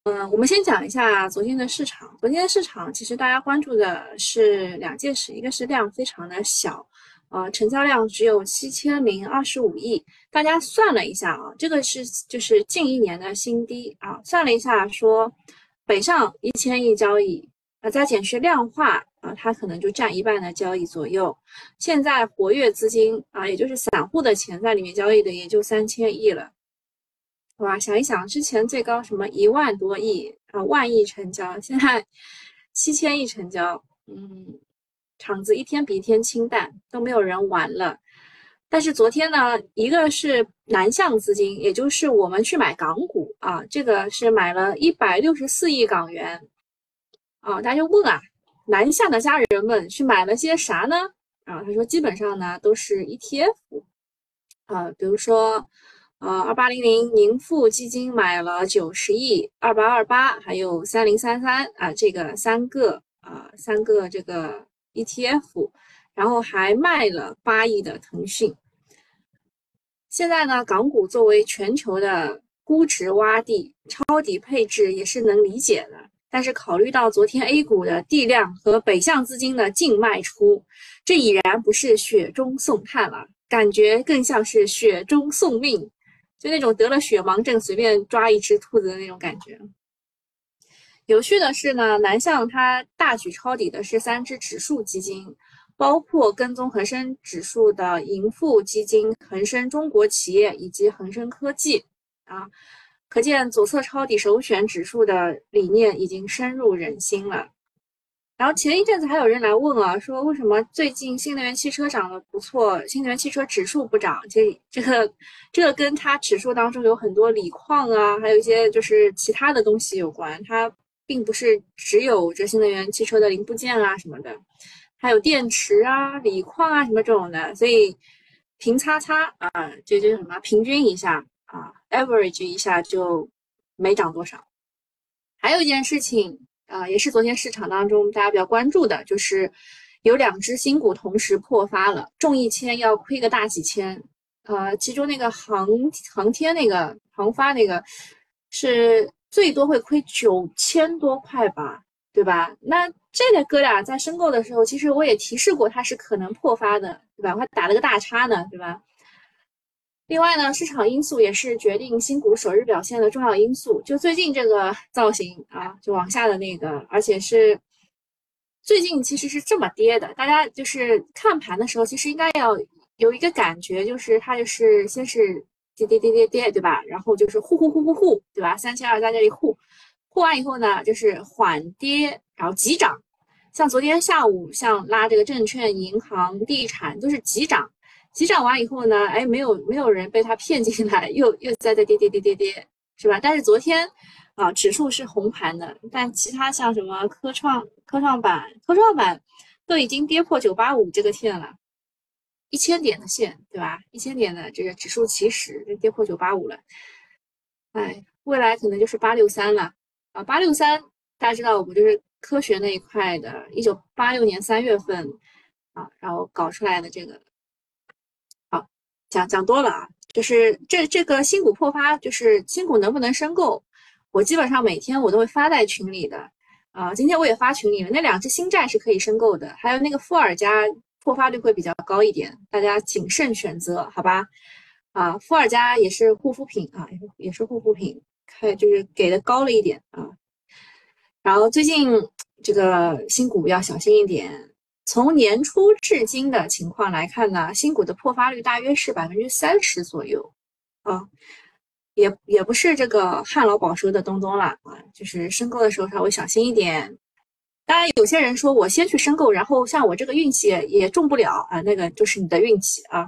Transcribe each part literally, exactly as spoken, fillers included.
嗯，我们先讲一下昨天的市场。昨天的市场其实大家关注的是两件事，一个是量非常的小，呃，成交量只有七千零二十五亿。大家算了一下啊，这个是就是近一年的新低啊。算了一下说，北上一千亿交易，啊、再减去量化啊，它可能就占一半的交易左右。现在活跃资金啊，也就是散户的钱在里面交易的也就三千亿了。哇，想一想，之前最高什么一万多亿啊，万亿成交，现在七千亿成交，嗯，场子一天比一天清淡，都没有人玩了。但是昨天呢，一个是南向资金，也就是我们去买港股啊，这个是买了一百六十四亿港元啊，大家就问啊，南下的家人们去买了些啥呢？啊，他说基本上呢都是 E T F。啊，比如说，呃，二八零零宁富基金买了九十亿，二八二八还有三零三三啊，这个三个啊、呃三个这个 E T F，然后还卖了八亿的腾讯。现在呢，港股作为全球的估值洼地，抄底配置也是能理解的。但是考虑到昨天 A 股的地量和北向资金的净卖出，这已然不是雪中送炭了，感觉更像是雪中送命，就那种得了血盲症随便抓一只兔子的那种感觉。有趣的是呢，南向它大举抄底的是三只指数基金，包括跟踪恒生指数的盈富基金、恒生中国企业以及恒生科技啊，可见左侧抄底首选指数的理念已经深入人心了。然后前一阵子还有人来问啊，说为什么最近新能源汽车涨得不错，新能源汽车指数不涨？这这个这个跟它指数当中有很多锂矿啊，还有一些就是其他的东西有关，它并不是只有这新能源汽车的零部件啊什么的，还有电池啊、锂矿啊什么这种的，所以平擦擦啊，这就什么平均一下啊，average 一下就没涨多少。还有一件事情啊、呃也是昨天市场当中大家比较关注的，就是有两只新股同时破发了，中一千要亏个大几千。呃，其中那个航航天那个航发那个是最多会亏九千多块吧，对吧？那这个哥俩在申购的时候，其实我也提示过它是可能破发的，对吧？我还打了个大叉呢，对吧？另外呢，市场因素也是决定新股首日表现的重要因素。就最近这个造型啊，就往下的那个，而且是最近其实是这么跌的。大家就是看盘的时候，其实应该要有一个感觉，就是它就是先是跌跌跌跌跌，对吧？然后就是呼呼呼呼呼，对吧？三千二在这里呼，呼完以后呢，就是缓跌，然后急涨。像昨天下午，像拉这个证券、银行、地产都是急涨。急涨完以后呢，哎，没有没有人被他骗进来，又又在在跌跌跌跌跌，是吧？但是昨天啊，指数是红盘的，但其他像什么科创、科创板、科创板都已经跌破九八五这个线了，一千点的线，对吧？一千点的这个指数起始就跌破九八五了，哎，未来可能就是八六三了啊，八六三大家知道，我们就是科学那一块的，一九八六年三月份啊，然后搞出来的这个。好，讲讲多了啊，就是这这个新股破发，就是新股能不能申购，我基本上每天我都会发在群里的，啊、今天我也发群里了，那两只新债是可以申购的，还有那个富尔加破发率会比较高一点，大家谨慎选择，好吧？啊，富尔加也是护肤品啊，也是也是护肤品，看就是给的高了一点啊，然后最近这个新股要小心一点。从年初至今的情况来看呢，新股的破发率大约是百分之三十左右啊，也也不是这个旱涝保收的东东了啊，就是申购的时候稍微小心一点。当然，有些人说我先去申购，然后像我这个运气也也中不了啊，那个就是你的运气啊。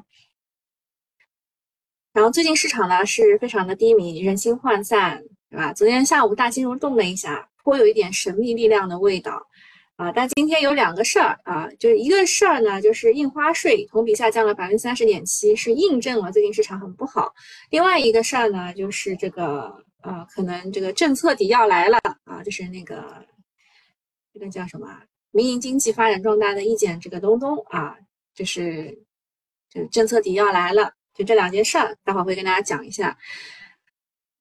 然后最近市场呢是非常的低迷，人心涣散，对吧？昨天下午大金融动了一下，颇有一点神秘力量的味道啊。但今天有两个事儿啊，就是一个事儿呢，就是印花税同比下降了百分之三十点七，是印证了最近市场很不好。另外一个事儿呢，就是这个呃，可能这个政策底要来了啊，就是那个这个叫什么民营经济发展壮大的意见这个东东啊，就是这政策底要来了。就这两件事儿，待会儿会跟大家讲一下。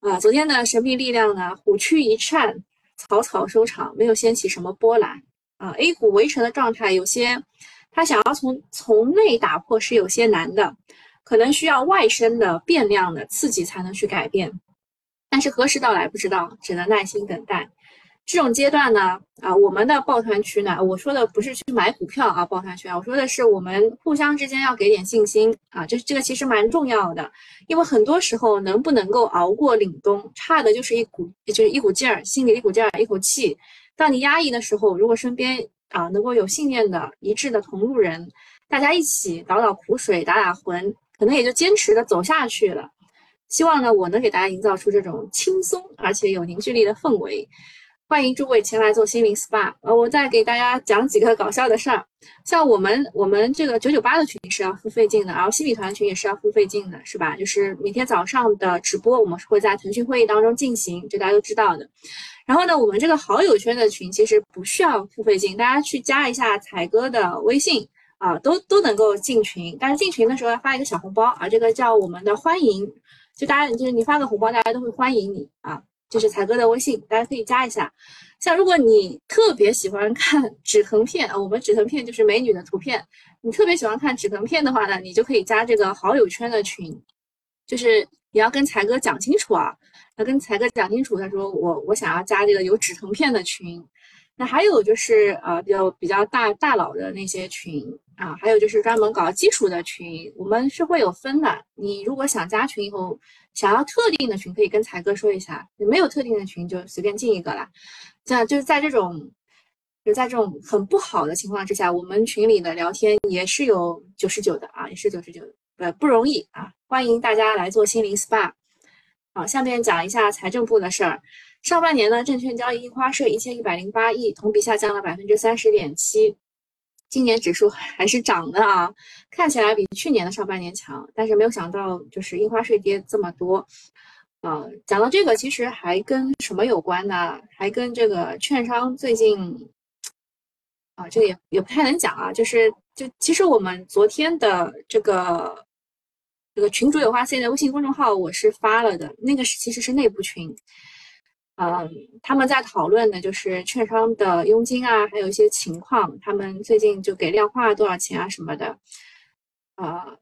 啊，昨天的神秘力量呢，虎躯一颤，草草收场，没有掀起什么波澜啊。A 股围城的状态有些，它想要从从内打破是有些难的，可能需要外生的变量的刺激才能去改变，但是何时到来不知道，只能耐心等待。这种阶段呢，啊，我们的抱团区呢，我说的不是去买股票啊，抱团区啊，我说的是我们互相之间要给点信心啊，这这个其实蛮重要的，因为很多时候能不能够熬过凛冬，差的就是一股就是一股劲儿，心里一股劲儿，一口气。当你压抑的时候，如果身边啊能够有信念的一致的同路人，大家一起倒倒苦水，打打浑，可能也就坚持的走下去了。希望呢，我能给大家营造出这种轻松而且有凝聚力的氛围。欢迎诸位前来做心灵 S P A。呃，我再给大家讲几个搞笑的事儿。像我们我们这个九九八的群是要付费进的，然后新米团群也是要付费进的，是吧？就是每天早上的直播，我们是会在腾讯会议当中进行，这大家都知道的。然后呢，我们这个好友圈的群其实不需要付费进，大家去加一下彩哥的微信啊，都都能够进群。但是进群的时候要发一个小红包啊，这个叫我们的欢迎，就大家就是你发个红包，大家都会欢迎你啊。这是才哥的微信，大家可以加一下。像如果你特别喜欢看止疼片啊，我们止疼片就是美女的图片，你特别喜欢看止疼片的话呢，你就可以加这个好友圈的群，就是你要跟才哥讲清楚啊，要跟才哥讲清楚，他说我我想要加这个有止疼片的群。那还有就是呃比较比较大大佬的那些群啊，还有就是专门搞基础的群，我们是会有分的。你如果想加群以后，想要特定的群，可以跟才哥说一下；你没有特定的群，就随便进一个啦。这样就是在这种就在这种很不好的情况之下，我们群里的聊天也是有九十九的啊，也是九十九的，呃，不容易啊！欢迎大家来做心灵 S P A。好，下面讲一下财政部的事儿。上半年呢，证券交易印花税一千一百零八亿，同比下降了百分之三十点七。今年指数还是涨的啊，看起来比去年的上半年强，但是没有想到就是印花税跌这么多。呃，讲到这个，其实还跟什么有关呢？还跟这个券商最近啊，这个也也不太能讲啊。就是就其实我们昨天的这个这个群主有话 C 的微信公众号我是发了的，那个是其实是内部群。嗯，他们在讨论的就是券商的佣金啊，还有一些情况，他们最近就给量化多少钱啊什么的，呃，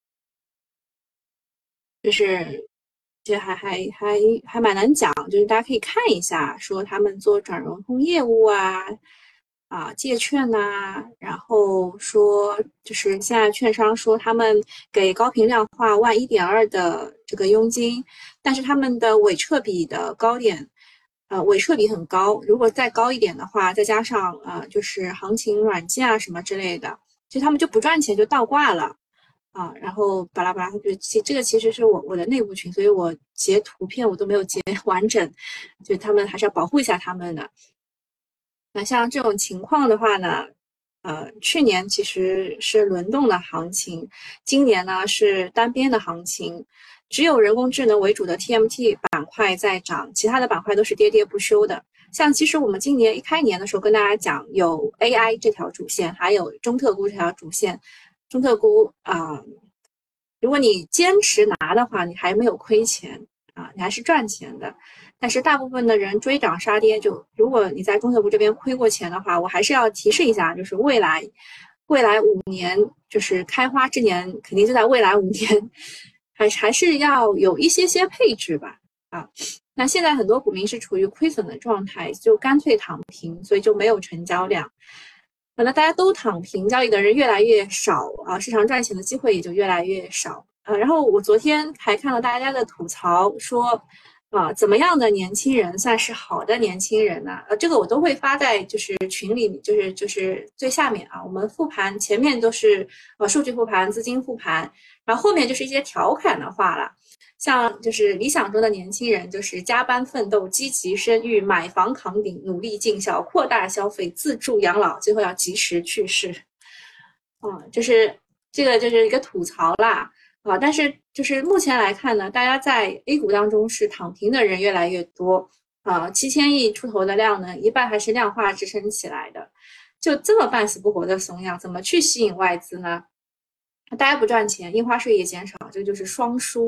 就是这还还还还蛮难讲，就是大家可以看一下，说他们做转融通业务啊，啊借券呐、啊，然后说就是现在券商说他们给高频量化万一点二的这个佣金，但是他们的伪撤比的高点。呃，伪撤比很高，如果再高一点的话，再加上呃，就是行情软件啊什么之类的，就他们就不赚钱，就倒挂了啊。然后巴拉巴拉，就其这个其实是我我的内部群，所以我截图片我都没有截完整，就他们还是要保护一下他们的。那像这种情况的话呢，呃，去年其实是轮动的行情，今年呢是单边的行情。只有人工智能为主的 T M T 板块在涨，其他的板块都是跌跌不休的。像其实我们今年一开年的时候跟大家讲，有 A I 这条主线，还有中特估这条主线。中特估啊、呃，如果你坚持拿的话，你还没有亏钱啊，你还是赚钱的。但是大部分的人追涨杀跌就，如果你在中特估这边亏过钱的话，我还是要提示一下，就是未来未来五年，就是开花之年，肯定就在未来五年。还还是要有一些些配置吧，啊，那现在很多股民是处于亏损的状态，就干脆躺平，所以就没有成交量。可能大家都躺平，交易的人越来越少啊，市场赚钱的机会也就越来越少。呃，然后我昨天还看了大家的吐槽，说啊，怎么样的年轻人算是好的年轻人呢？呃，这个我都会发在就是群里，就是就是最下面啊。我们复盘前面都是呃数据复盘、资金复盘，然后后面就是一些调侃的话了。像就是理想中的年轻人，就是加班奋斗、积极生育、买房扛顶、努力尽孝、扩大消费、自助养老，最后要及时去世。嗯，就是这个就是一个吐槽啦。啊，但是就是目前来看呢，大家在 A 股当中是躺平的人越来越多。啊，七千亿出头的量呢，一半还是量化支撑起来的。就这么半死不活的怂样，怎么去吸引外资呢？大家不赚钱，印花税也减少，这就是双输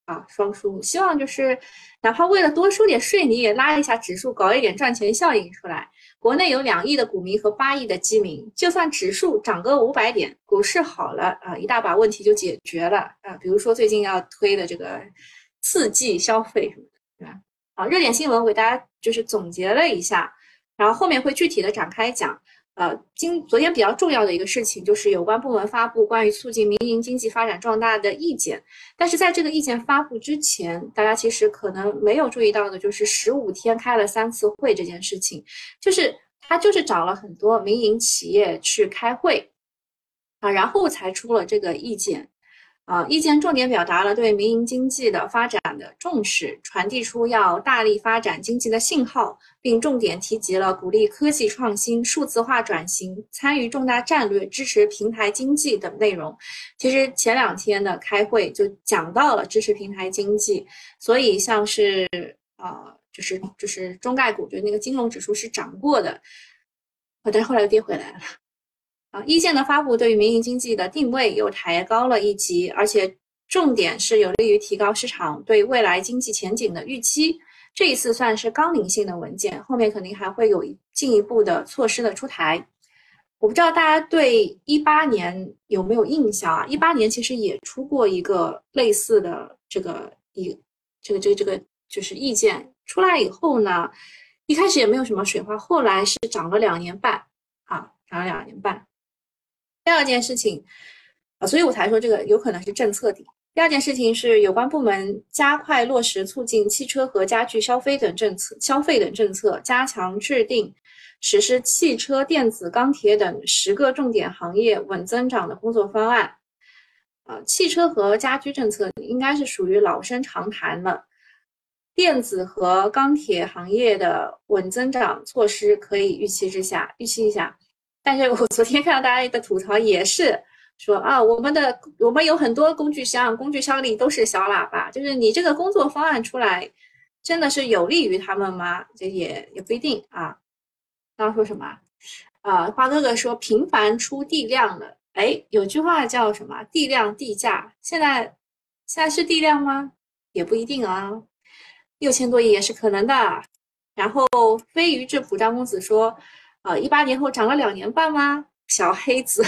啊，双输。希望就是哪怕为了多收点税，你也拉一下指数，搞一点赚钱效应出来。国内有两亿的股民和八亿的基民，就算指数涨个五百点，股市好了啊，一大把问题就解决了啊。比如说最近要推的这个刺激消费什么的，对吧？啊，热点新闻我给大家就是总结了一下，然后后面会具体的展开讲。呃，今昨天比较重要的一个事情就是有关部门发布关于促进民营经济发展壮大的意见，但是在这个意见发布之前，大家其实可能没有注意到的就是十五天开了三次会这件事情，就是他就是找了很多民营企业去开会啊，然后才出了这个意见。啊，意见重点表达了对民营经济的发展的重视，传递出要大力发展经济的信号，并重点提及了鼓励科技创新、数字化转型、参与重大战略、支持平台经济等内容。其实前两天的开会就讲到了支持平台经济，所以像是呃，就是就是中概股，就那个金融指数是涨过的，但是后来又跌回来了。啊，意见的发布对于民营经济的定位又抬高了一级，而且重点是有利于提高市场对未来经济前景的预期。这一次算是纲领性的文件，后面肯定还会有进一步的措施的出台。我不知道大家对一八年有没有印象啊？一八年其实也出过一个类似的这个一这个这个这个就是意见出来以后呢，一开始也没有什么水花，后来是涨了两年半啊，涨了两年半。第二件事情啊，所以我才说这个有可能是政策底。第二件事情是有关部门加快落实促进汽车和家具消费等政策，消费等政策，加强制定实施汽车、电子、钢铁等十个重点行业稳增长的工作方案。啊，汽车和家居政策应该是属于老生常谈了。电子和钢铁行业的稳增长措施可以预期之下，预期一下。但是我昨天看到大家的吐槽也是说啊，我们的我们有很多工具箱，工具箱里都是小喇叭，就是你这个工作方案出来，真的是有利于他们吗？这也也不一定啊。刚刚说什么啊？花哥哥说频繁出地量了，哎，有句话叫什么？地量地价，现在现在是地量吗？也不一定啊，六千多亿也是可能的。然后飞鱼质朴张公子说。呃，一八年后涨了两年半吗？小黑子。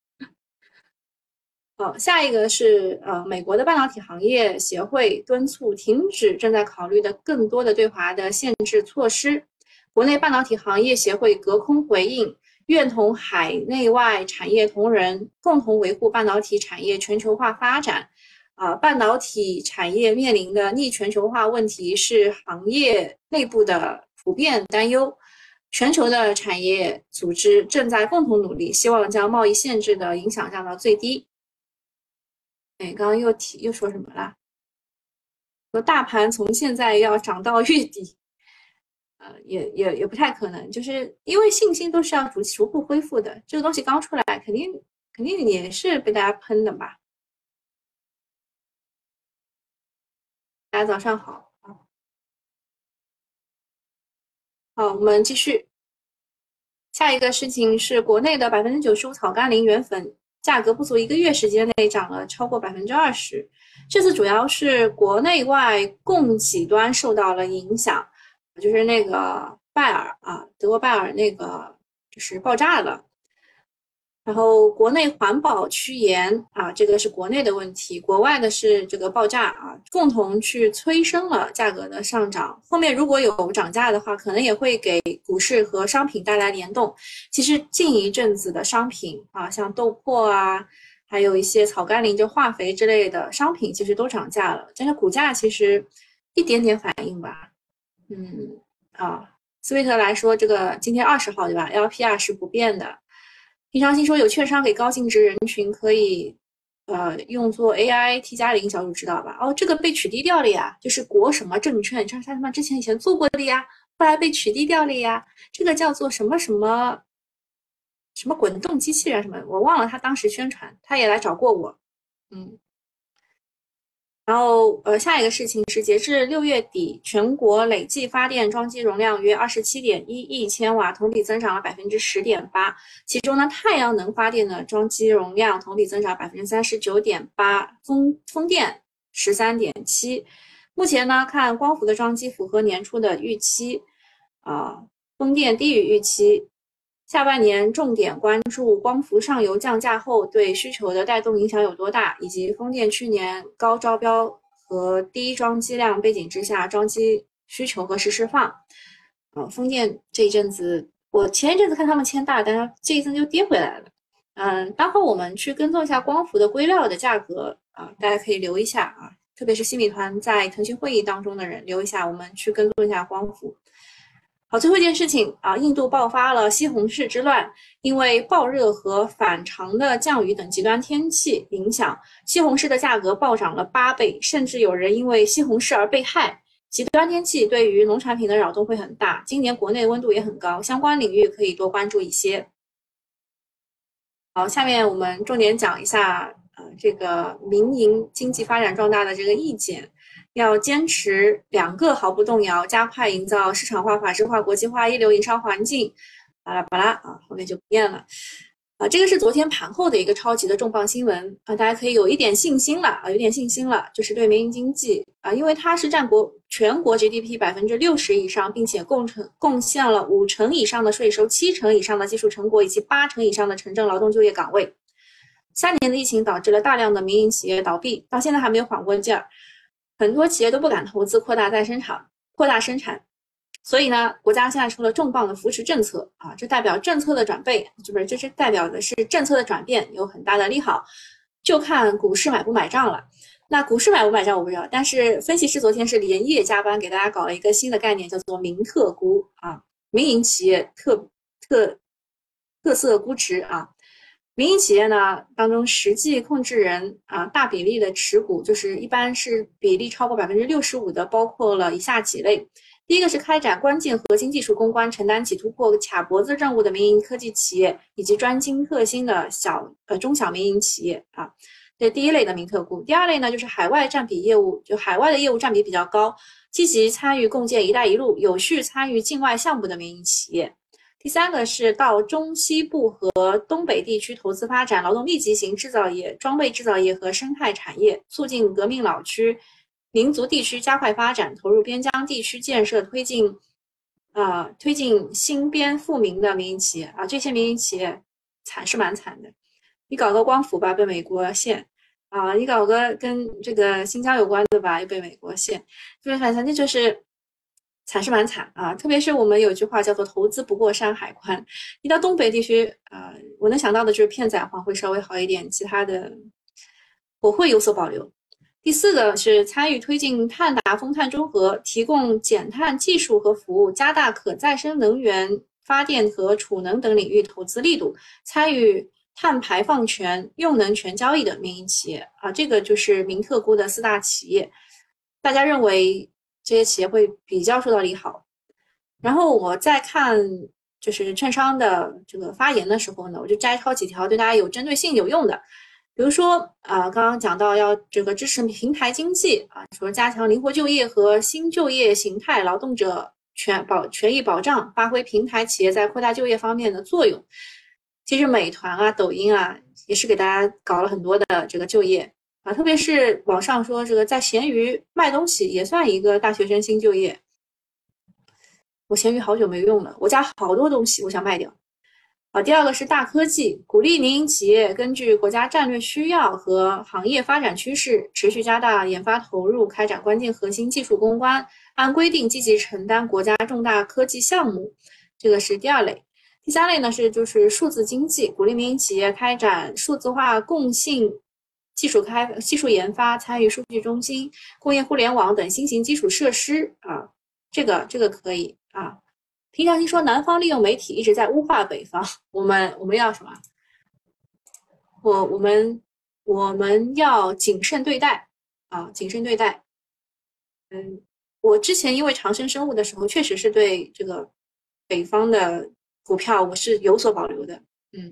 呃，下一个是呃，美国的半导体行业协会敦促停止正在考虑的更多的对华的限制措施。国内半导体行业协会隔空回应，愿同海内外产业同仁共同维护半导体产业全球化发展。啊、呃，半导体产业面临的逆全球化问题是行业内部的普遍担忧。全球的产业组织正在共同努力，希望将贸易限制的影响降到最低。哎，刚刚又提又说什么了？说大盘从现在要涨到月底，呃，也也也不太可能，就是因为信心都是要逐逐步恢复的。这个东西刚出来，肯定肯定也是被大家喷的吧？大家早上好。好，我们继续。下一个事情是，国内的百分之九十五草甘膦原粉价格不足一个月时间内涨了超过百分之二十。这次主要是国内外供给端受到了影响，就是那个拜耳啊，德国拜耳那个就是爆炸了。然后国内环保趋严啊，这个是国内的问题，国外的是这个爆炸啊，共同去催生了价格的上涨。后面如果有涨价的话，可能也会给股市和商品带来联动。其实近一阵子的商品啊，像豆粕啊，还有一些草甘膦就化肥之类的商品，其实都涨价了，但是股价其实一点点反应吧。嗯啊，斯威特来说，这个今天二十号对吧 ？L P R 是不变的。平常心说有券商给高净值人群可以，呃，用作 A I T 加零，小主知道吧？哦，这个被取缔掉了呀，就是国什么证券，像他他妈之前以前做过的呀，后来被取缔掉了呀。这个叫做什么什么什么滚动机器人什么，我忘了他当时宣传，他也来找过我，嗯。然后，呃，下一个事情是，截至六月底，全国累计发电装机容量约二十七点一亿千瓦，同比增长了百分之十点八。其中呢，太阳能发电的装机容量同比增长百分之三十九点八，风风电十三点七。目前呢，看光伏的装机符合年初的预期，啊，风电低于预期。下半年重点关注光伏上游降价后对需求的带动影响有多大，以及风电去年高招标和低装机量背景之下，装机需求何时释放。呃，风电这一阵子，我前一阵子看他们签大单，这一阵就跌回来了。嗯，待会我们去跟踪一下光伏的硅料的价格啊，大家可以留一下啊，特别是新米团在腾讯会议当中的人留一下，我们去跟踪一下光伏。好，最后一件事情啊，印度爆发了西红柿之乱，因为暴热和反常的降雨等极端天气影响，西红柿的价格暴涨了八倍，甚至有人因为西红柿而被害。极端天气对于农产品的扰动会很大，今年国内温度也很高，相关领域可以多关注一些。好，下面我们重点讲一下，呃，这个民营经济发展壮大的这个意见，要坚持两个毫不动摇，加快营造市场化、法治化、国际化、一流营商环境。巴拉巴拉啊，后面就不念了。啊，这个是昨天盘后的一个超级的重磅新闻啊，大家可以有一点信心了啊，有点信心了，就是对民营经济啊，因为它是占国全国 G D P 百分之六十以上，并且贡成贡献了五成以上的税收、七成以上的技术成果以及八成以上的城镇劳动就业岗位。三年的疫情导致了大量的民营企业倒闭，到现在还没有缓过劲儿，很多企业都不敢投资扩大再生产、扩大生产。所以呢，国家现在出了重磅的扶持政策啊，这代表政策的转变，是不是？这是代表的是政策的转变，有很大的利好，就看股市买不买账了。那股市买不买账我不知道，但是分析师昨天是连夜加班给大家搞了一个新的概念，叫做民特估啊，民营企业特特特色估值啊。民营企业呢当中，实际控制人啊大比例的持股，就是一般是比例超过百分之六十五的，包括了以下几类。第一个是开展关键核心技术攻关，承担起突破卡脖子任务的民营科技企业，以及专精特新的小呃中小民营企业啊，这第一类的民特估。第二类呢，就是海外占比业务，就海外的业务占比比较高，积极参与共建“一带一路”，有序参与境外项目的民营企业。第三个是到中西部和东北地区投资发展劳动密集型制造业、装备制造业和生态产业，促进革命老区民族地区加快发展，投入边疆地区建设，推进啊、呃、推进新边富民的民营企业啊，这些民营企业惨是蛮惨的。你搞个光伏吧，被美国限啊；你搞个跟这个新疆有关的吧，又被美国限，就是反正就是惨是蛮惨啊。特别是我们有句话叫做"投资不过山海关"，你到东北地区啊、呃，我能想到的就是片仔癀会稍微好一点，其他的我会有所保留。第四个是参与推进碳达峰碳中和，提供减碳技术和服务，加大可再生能源发电和储能等领域投资力度，参与碳排放权、用能权交易的民营企业啊，这个就是民特估的四大企业。大家认为这些企业会比较受到利好。然后我再看就是券商的这个发言的时候呢，我就摘抄几条对大家有针对性有用的。比如说啊、呃，刚刚讲到要这个支持平台经济啊，说加强灵活就业和新就业形态劳动者权保权益保障，发挥平台企业在扩大就业方面的作用。其实美团啊、抖音啊也是给大家搞了很多的这个就业啊，特别是网上说这个在闲鱼卖东西也算一个大学生新就业。我闲鱼好久没用了，我家好多东西我想卖掉。啊，第二个是大科技，鼓励民营企业根据国家战略需要和行业发展趋势，持续加大研发投入，开展关键核心技术攻关，按规定积极承担国家重大科技项目。这个是第二类。第三类呢是就是数字经济，鼓励民营企业开展数字化共性技术开技术研发，参与数据中心、工业互联网等新型基础设施啊，这个这个可以啊。平常听说南方利用媒体一直在污化北方，我们我们要什么？我我们我们要谨慎对待啊，谨慎对待。嗯，我之前因为长生生物的时候，确实是对这个北方的股票我是有所保留的。嗯，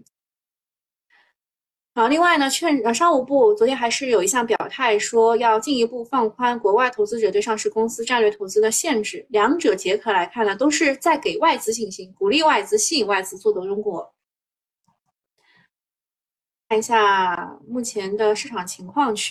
好，另外呢，券呃商务部昨天还是有一项表态，说要进一步放宽国外投资者对上市公司战略投资的限制。两者结合来看呢，都是在给外资信心，鼓励外资、吸引外资做多中国。看一下目前的市场情况去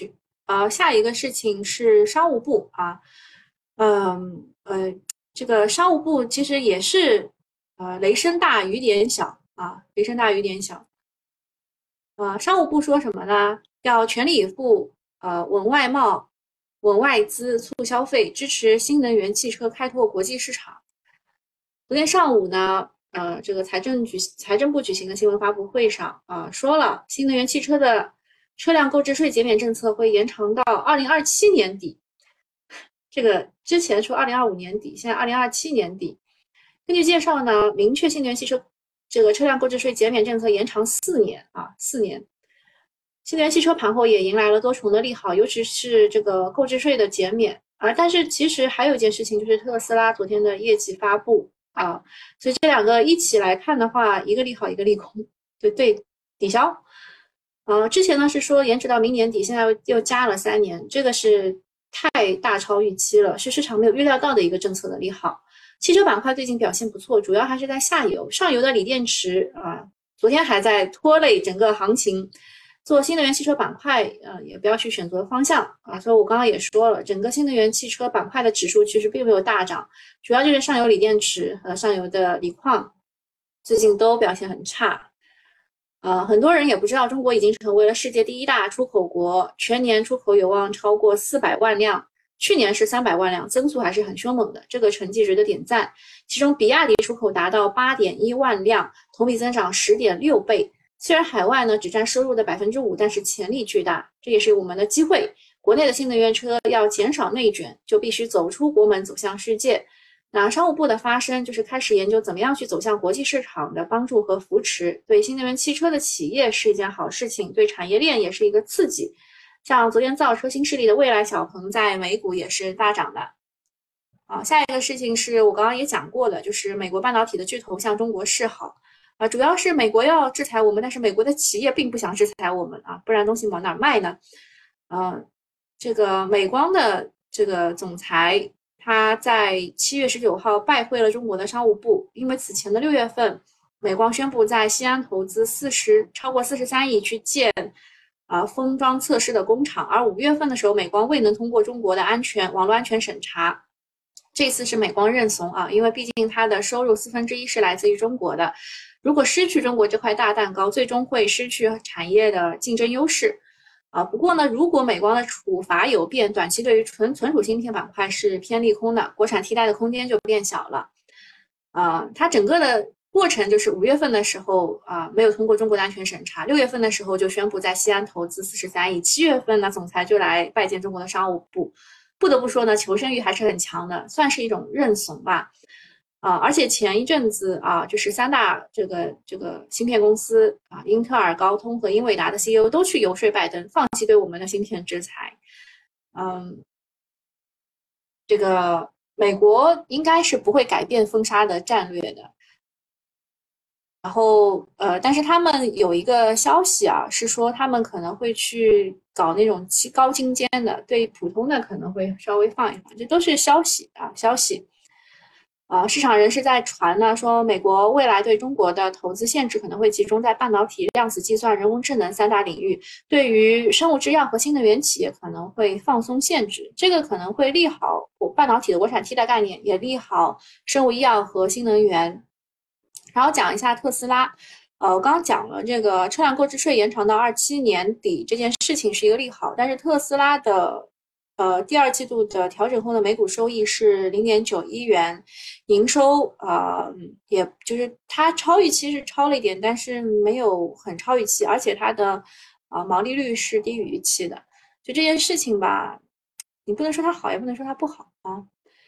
呃，下一个事情是商务部啊，嗯呃，这个商务部其实也是呃雷声大雨点小啊，雷声大雨点小。呃，商务部说什么呢？要全力以赴，呃，稳外贸、稳外资、促消费，支持新能源汽车开拓国际市场。昨天上午呢，呃，这个财政举财政部举行的新闻发布会上啊、呃，说了新能源汽车的车辆购置税减免政策会延长到二零二七年底。这个之前说二零二五年底，现在二零二七年底。根据介绍呢，明确新能源汽车这个车辆购置税减免政策延长四年啊，四年。新能源汽车盘后也迎来了多重的利好，尤其是这个购置税的减免啊。但是其实还有一件事情，就是特斯拉昨天的业绩发布啊，所以这两个一起来看的话，一个利好，一个利空，对对，抵消。呃，之前呢是说延迟到明年底，现在又加了三年，这个是太大超预期了，是市场没有预料到的一个政策的利好。汽车板块最近表现不错，主要还是在下游，上游的锂电池啊，昨天还在拖累整个行情。做新能源汽车板块，呃，也不要去选择方向啊。所以我刚刚也说了，整个新能源汽车板块的指数其实并没有大涨，主要就是上游锂电池和上游的锂矿最近都表现很差。呃，很多人也不知道，中国已经成为了世界第一大出口国，全年出口有望超过四百万辆，去年是三百万辆，增速还是很凶猛的，这个成绩值得点赞。其中，比亚迪出口达到八点一万辆，同比增长十点六倍。虽然海外呢只占收入的百分之五，但是潜力巨大，这也是我们的机会。国内的新能源车要减少内卷，就必须走出国门，走向世界。那商务部的发声就是开始研究怎么样去走向国际市场的帮助和扶持，对新能源汽车的企业是一件好事情，对产业链也是一个刺激。像昨天造车新势力的蔚来小鹏在美股也是大涨的。啊，下一个事情是我刚刚也讲过的，就是美国半导体的巨头向中国示好。啊，主要是美国要制裁我们，但是美国的企业并不想制裁我们啊，不然东西往哪卖呢？呃，这个美光的这个总裁他在七月十九号拜会了中国的商务部，因为此前的六月份，美光宣布在西安投资四十超过四十三亿去建啊、呃、封装测试的工厂，而五月份的时候，美光未能通过中国的安全网络安全审查。这次是美光认怂啊，因为毕竟它的收入四分之一是来自于中国的。如果失去中国这块大蛋糕，最终会失去产业的竞争优势，啊，不过呢，如果美光的处罚有变，短期对于纯存储芯片板块是偏利空的，国产替代的空间就变小了，啊，它整个的过程就是五月份的时候啊，没有通过中国的安全审查，六月份的时候就宣布在西安投资四十三亿，七月份呢，总裁就来拜见中国的商务部，不得不说呢，求生欲还是很强的，算是一种认怂吧。啊，而且前一阵子啊，就是三大这个这个芯片公司啊，英特尔、高通和英伟达的 C E O 都去游说拜登放弃对我们的芯片制裁。嗯，这个美国应该是不会改变封杀的战略的。然后呃，但是他们有一个消息啊，是说他们可能会去搞那种高精尖的，对普通的可能会稍微放一放，这都是消息啊，消息。呃，市场人士在传呢，说美国未来对中国的投资限制可能会集中在半导体、量子计算、人工智能三大领域，对于生物制药和新能源企业可能会放松限制，这个可能会利好半导体的国产替代概念，也利好生物医药和新能源。然后讲一下特斯拉，呃，我刚刚讲了这个车辆购置税延长到二七年底这件事情是一个利好，但是特斯拉的呃第二季度的调整后的每股收益是零点九一元，营收啊、呃，也就是它超预期是超了一点，但是没有很超预期，而且它的啊、呃、毛利率是低于预期的，就这件事情吧，你不能说它好，也不能说它不好啊。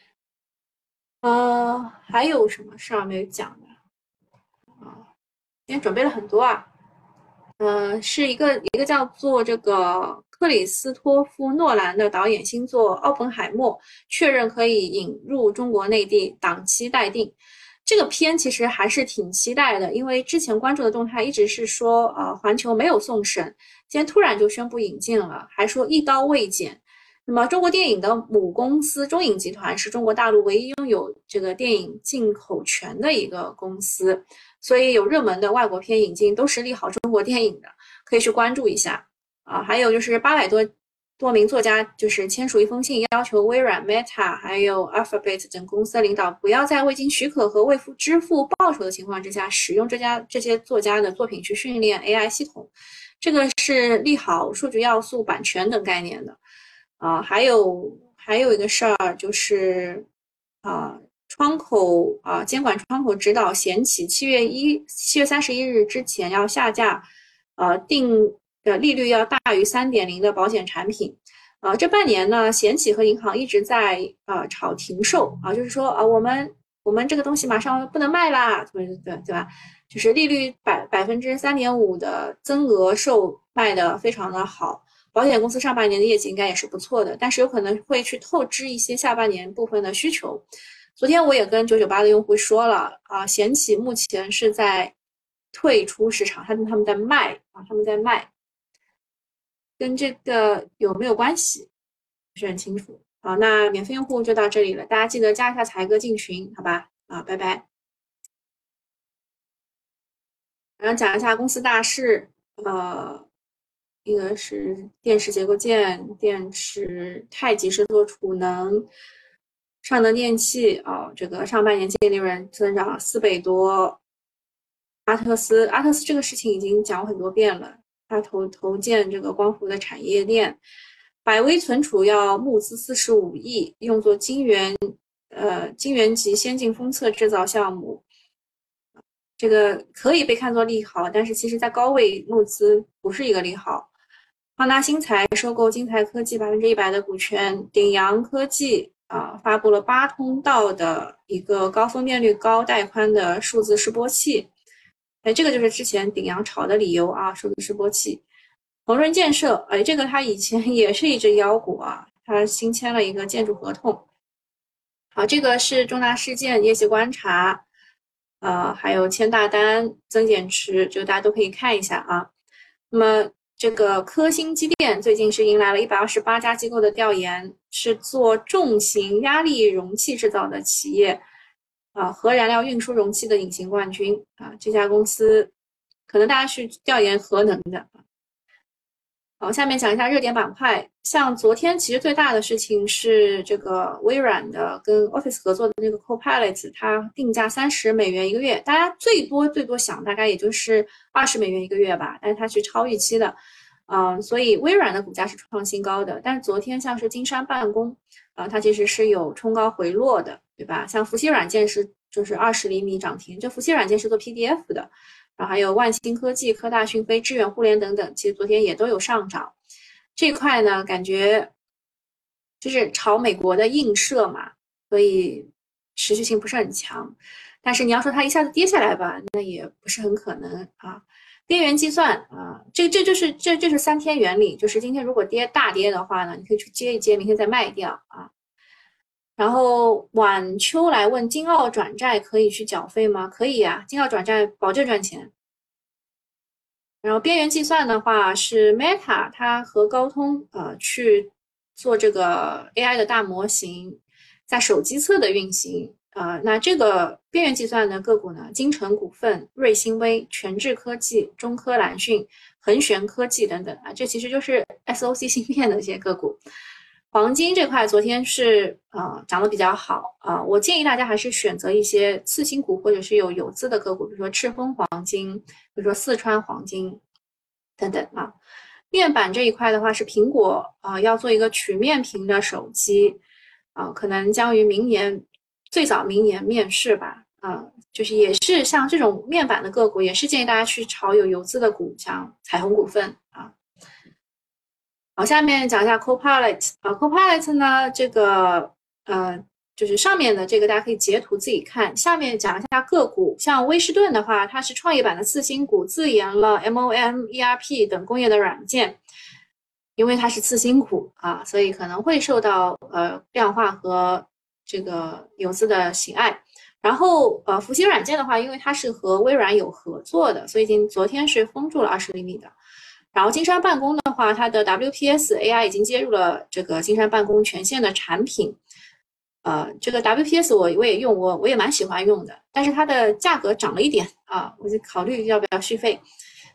呃，还有什么事儿没有讲的啊？今天准备了很多啊。呃，是一个一个叫做这个克里斯托夫·诺兰的导演新作《奥本海默》确认可以引入中国内地，档期待定。这个片其实还是挺期待的，因为之前关注的动态一直是说，呃，环球没有送审，今天突然就宣布引进了，还说一刀未剪。那么，中国电影的母公司中影集团是中国大陆唯一拥有这个电影进口权的一个公司。所以有热门的外国片引进都是利好中国电影的，可以去关注一下啊。还有就是八百多多名作家就是签署一封信，要求微软、Meta 还有 Alphabet 等公司的领导不要在未经许可和未付支付报酬的情况之下，使用这家这些作家的作品去训练 A I 系统。这个是利好数据要素、版权等概念的。啊、呃，还有还有一个事儿就是啊、呃，窗口啊、呃，监管窗口指导险企七月一七月三十一日之前要下架，呃，定的利率要大于 三点零 的保险产品。呃，这半年呢，险企和银行一直在呃炒停售啊、呃，就是说啊、呃，我们我们这个东西马上不能卖啦，对对对吧？就是利率百百分之三点五的增额售卖的非常的好，保险公司上半年的业绩应该也是不错的，但是有可能会去透支一些下半年部分的需求。昨天我也跟九九八的用户说了啊，险企目前是在退出市场，他们他们在卖啊，他们在卖，跟这个有没有关系不是很清楚。好，那免费用户就到这里了，大家记得加一下财哥进群，好吧？啊，拜拜。然后讲一下公司大事，呃，一个是电池结构件、电池太极是做储能，上能电气啊、哦，这个上半年净利润增长四倍多。阿特斯，阿特斯这个事情已经讲过很多遍了，它投投建这个光伏的产业链，百威存储要募资四十五亿，用作晶圆，呃，晶圆级先进封测制造项目。这个可以被看作利好，但是其实在高位募资不是一个利好。浩纳新材收购金材科技百分之一百的股权，鼎阳科技啊发布了八通道的一个高分辨率、高带宽的数字示波器。哎，这个就是之前鼎阳炒的理由啊，数字示波器。宏润建设，哎，这个它以前也是一只妖股啊，它新签了一个建筑合同。好，这个是重大事件，业绩观察。呃，还有签大单、增减持，就大家都可以看一下啊。那么这个科兴机电最近是迎来了一百二十八家机构的调研，是做重型压力容器制造的企业，啊，核燃料运输容器的隐形冠军啊。这家公司可能大家去调研核能的。好，下面讲一下热点板块。像昨天其实最大的事情是这个微软的跟 Office 合作的那个 Copilot， 它定价三十美元一个月，大家最多最多想大概也就是二十美元一个月吧，但是它是超预期的，嗯、呃，所以微软的股价是创新高的。但是昨天像是金山办公，啊、呃，它其实是有冲高回落的，对吧？像伏羲软件是就是二十厘米涨停，这伏羲软件是做 P D F 的。然后还有万兴科技、科大讯飞、致远互联等等，其实昨天也都有上涨。这块呢，感觉就是炒美国的映射嘛，所以持续性不是很强。但是你要说它一下子跌下来吧，那也不是很可能啊。边缘计算啊，这这就是这这是三天原理，就是今天如果跌大跌的话呢，你可以去接一接，明天再卖掉啊。然后晚秋来问金澳转债可以去缴费吗？可以啊，金澳转债保证赚钱。然后边缘计算的话是 Meta， 它和高通呃去做这个 A I 的大模型，在手机侧的运行啊、呃。那这个边缘计算的个股呢，金城股份、瑞星微、全智科技、中科蓝讯、恒玄科技等等啊，这其实就是 S O C 芯片的一些个股。黄金这块昨天是呃涨得比较好啊、呃，我建议大家还是选择一些次新股或者是有有资的个股，比如说赤峰黄金，比如说四川黄金等等啊。面板这一块的话是苹果啊、呃、要做一个曲面屏的手机啊、呃，可能将于明年最早明年面世吧啊、呃，就是也是像这种面板的个股，也是建议大家去炒有游资的股，像彩虹股份啊。好，下面讲一下 Copilot 啊 ，Copilot 呢，这个呃，就是上面的这个大家可以截图自己看。下面讲一下个股，像威士顿的话，它是创业板的次新股，自研了 M O M、E R P 等工业的软件，因为它是次新股啊，所以可能会受到呃量化和这个游资的喜爱。然后呃，伏羲软件的话，因为它是和微软有合作的，所以今昨天是封住了二十厘米的。然后金山办公的话，它的 W P S A I 已经接入了这个金山办公全线的产品。呃，这个 W P S 我我也用，我我也蛮喜欢用的，但是它的价格涨了一点啊，我就考虑要不要续费。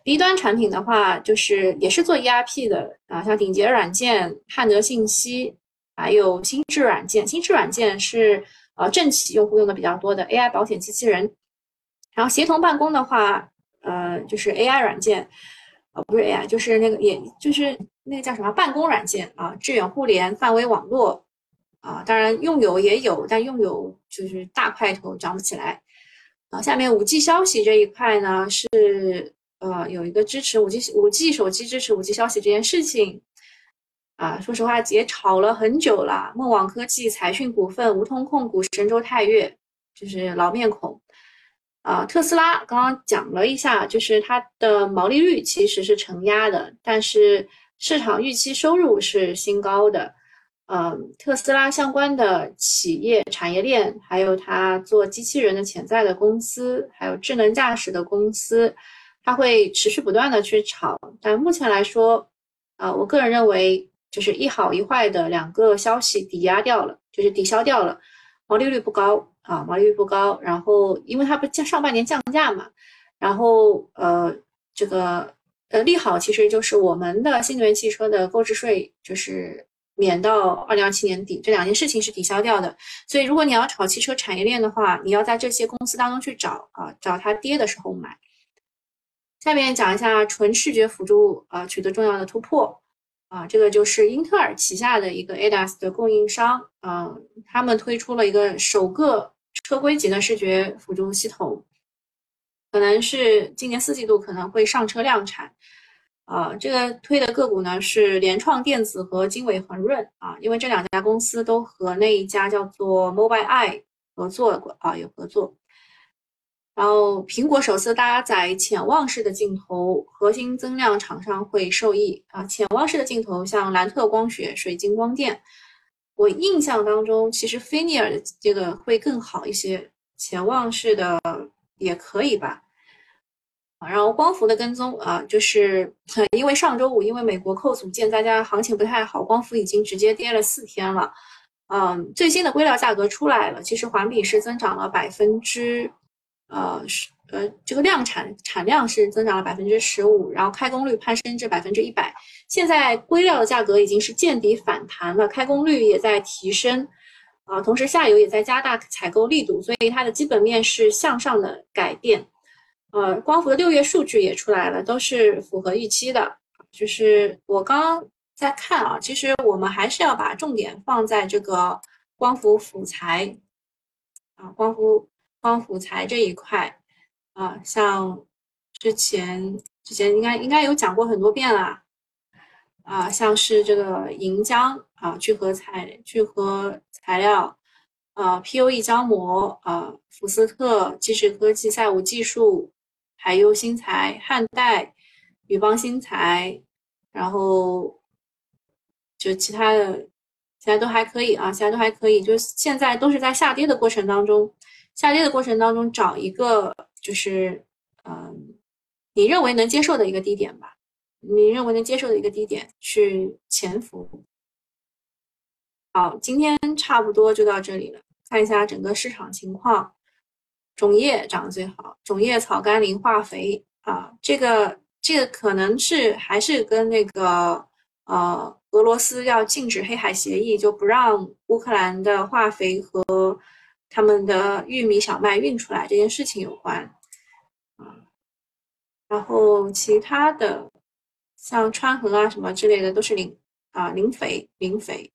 B 端产品的话，就是也是做 E R P 的啊，像顶杰软件、汉德信息，还有心智软件。心智软件是呃政企用户用的比较多的 A I 保险机器人。然后协同办公的话，呃，就是 A I 软件，呃，不是 A I，就是那个，也就是那个叫什么办公软件啊，致远互联、范围网络啊，当然用友也有，但用友就是大块头涨不起来。啊，下面五 G 消息这一块呢是呃有一个支持五 G 五 G 手机支持五 G 消息这件事情啊，说实话也炒了很久了。梦网科技、财讯股份、无通控股、神州泰岳，就是老面孔。啊，特斯拉刚刚讲了一下，就是它的毛利率其实是承压的，但是市场预期收入是新高的。嗯，特斯拉相关的企业产业链，还有它做机器人的潜在的公司，还有智能驾驶的公司，它会持续不断的去炒。但目前来说，啊，我个人认为就是一好一坏的两个消息抵押掉了，就是抵消掉了，毛利率不高。啊，毛利率不高，然后因为它不降上半年降价嘛，然后呃这个呃利好其实就是我们的新能源汽车的购置税就是免到二零二七年底，这两件事情是抵消掉的。所以如果你要炒汽车产业链的话，你要在这些公司当中去找啊，找它跌的时候买。下面讲一下纯视觉辅助啊取得重要的突破。啊，这个就是英特尔旗下的一个 A D A S 的供应商，啊，他们推出了一个首个车规级的视觉辅助系统，可能是今年四季度可能会上车量产。啊，这个推的个股呢是联创电子和经纬恒润啊，因为这两家公司都和那一家叫做 Mobileye 合作过啊，有合作。然后，苹果首次搭载潜望式的镜头，核心增量厂商会受益啊。潜望式的镜头，像兰特光学、水晶光电，我印象当中，其实菲涅尔的这个会更好一些，潜望式的也可以吧。然后光伏的跟踪啊，就是因为上周五因为美国扣组件，大家行情不太好，光伏已经直接跌了四天了。嗯，最新的硅料价格出来了，其实环比是增长了百分之。呃，是呃，这个量产产量是增长了百分之十五，然后开工率攀升至百分之一百。现在硅料的价格已经是见底反弹了，开工率也在提升，啊、呃，同时下游也在加大采购力度，所以它的基本面是向上的改变。呃，光伏的六月数据也出来了，都是符合预期的。就是我刚刚在看啊，其实我们还是要把重点放在这个光伏辅材啊，光伏。光伏材这一块啊，像之前之前应该应该有讲过很多遍了啊，像是这个银浆啊，聚合材聚合材料啊，P O E 胶膜啊，福斯特、技智科技、赛武技术、海优新材、汉代、宇邦新材，然后就其他的其他都还可以啊，其他都还可以，就现在都是在下跌的过程当中。下跌的过程当中找一个就是嗯你认为能接受的一个低点吧，你认为能接受的一个低点去潜伏。好，今天差不多就到这里了，看一下整个市场情况。种业涨得最好，种业草甘膦化肥啊，这个这个可能是还是跟那个呃俄罗斯要禁止黑海协议，就不让乌克兰的化肥和他们的玉米、小麦运出来这件事情有关啊。然后其他的像川河啊什么之类的都是磷啊磷肥磷肥。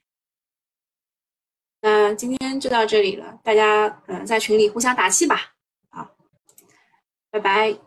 那今天就到这里了，大家嗯、呃、在群里互相打气吧，好，拜拜。